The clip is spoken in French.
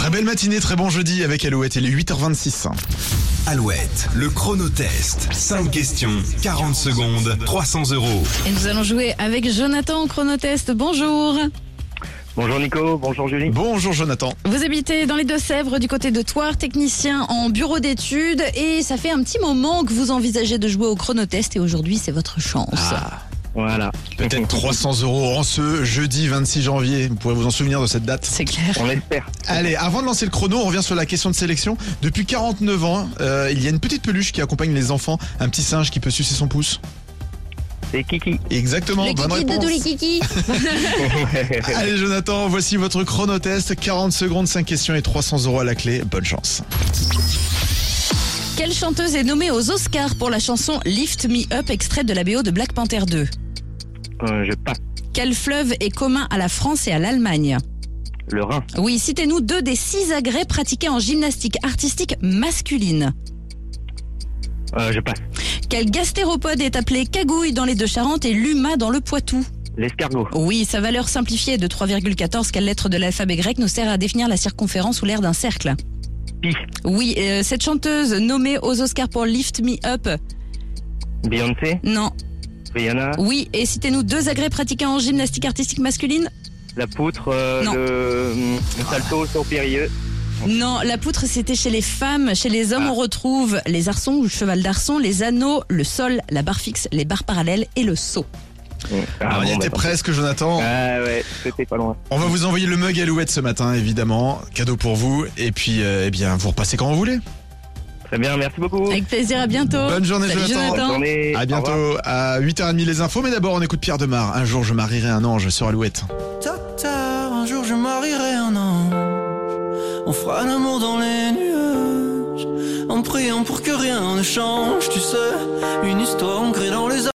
Très belle matinée, très bon jeudi avec Alouette, il est 8h26. Alouette, le chronotest. 5 questions, 40 secondes, 300 €. Et nous allons jouer avec Jonathan au chronotest. Bonjour. Bonjour Nico, bonjour Julie. Bonjour Jonathan. Vous habitez dans les Deux-Sèvres du côté de Thouars, technicien en bureau d'études, et ça fait un petit moment que vous envisagez de jouer au chronotest et aujourd'hui c'est votre chance. Voilà. Peut-être 300 € en ce jeudi 26 janvier. Vous pourrez vous en souvenir de cette date. C'est clair. On espère. Allez, avant de lancer le chrono, on revient sur la question de sélection. Depuis 49 ans, il y a une petite peluche qui accompagne les enfants, un petit singe qui peut sucer son pouce. C'est Kiki. Exactement, Le bonne kiki de réponse. tous les kikis. Allez Jonathan, voici votre chronotest. 40 secondes, 5 questions et 300 € à la clé. Bonne chance. Quelle chanteuse est nommée aux Oscars pour la chanson Lift Me Up, extraite de la BO de Black Panther 2? Je passe. Quel fleuve est commun à la France et à l'Allemagne? Le Rhin. Oui, citez-nous 2 des 6 agrès pratiqués en gymnastique artistique masculine. Je passe. Quel gastéropode est appelé cagouille dans les Deux-Charentes et luma dans le Poitou? L'escargot. Oui, sa valeur simplifiée de 3,14, quelle lettre de l'alphabet grec nous sert à définir la circonférence ou l'aire d'un cercle? Pi. Oui, cette chanteuse nommée aux Oscars pour Lift Me Up. Beyoncé. Non. Rihanna. Oui, et citez-nous 2 agrès pratiqués en gymnastique artistique masculine. La poutre. Non. Le salto sur périlleux. Non, la poutre c'était chez les femmes. Chez les hommes on retrouve les arçons ou le cheval d'arçon, les anneaux, le sol, la barre fixe, les barres parallèles et le saut. Alors, il était presque Jonathan. Ah ouais, c'était pas loin. On va vous envoyer le mug Alouette ce matin évidemment. Cadeau pour vous. Et puis eh bien vous repassez quand vous voulez. Très bien, merci beaucoup. Avec plaisir, à bientôt. Bonne journée Salut, Jonathan. Bonne journée. À Au revoir. bientôt à 8h30 les infos. Mais d'abord on écoute Pierre Demar. Un jour je marierai un ange sur Alouette. Tard, un jour je marierai un ange. On fera l'amour dans les nuages, en priant pour que rien ne change. Tu sais, une histoire ancrée dans les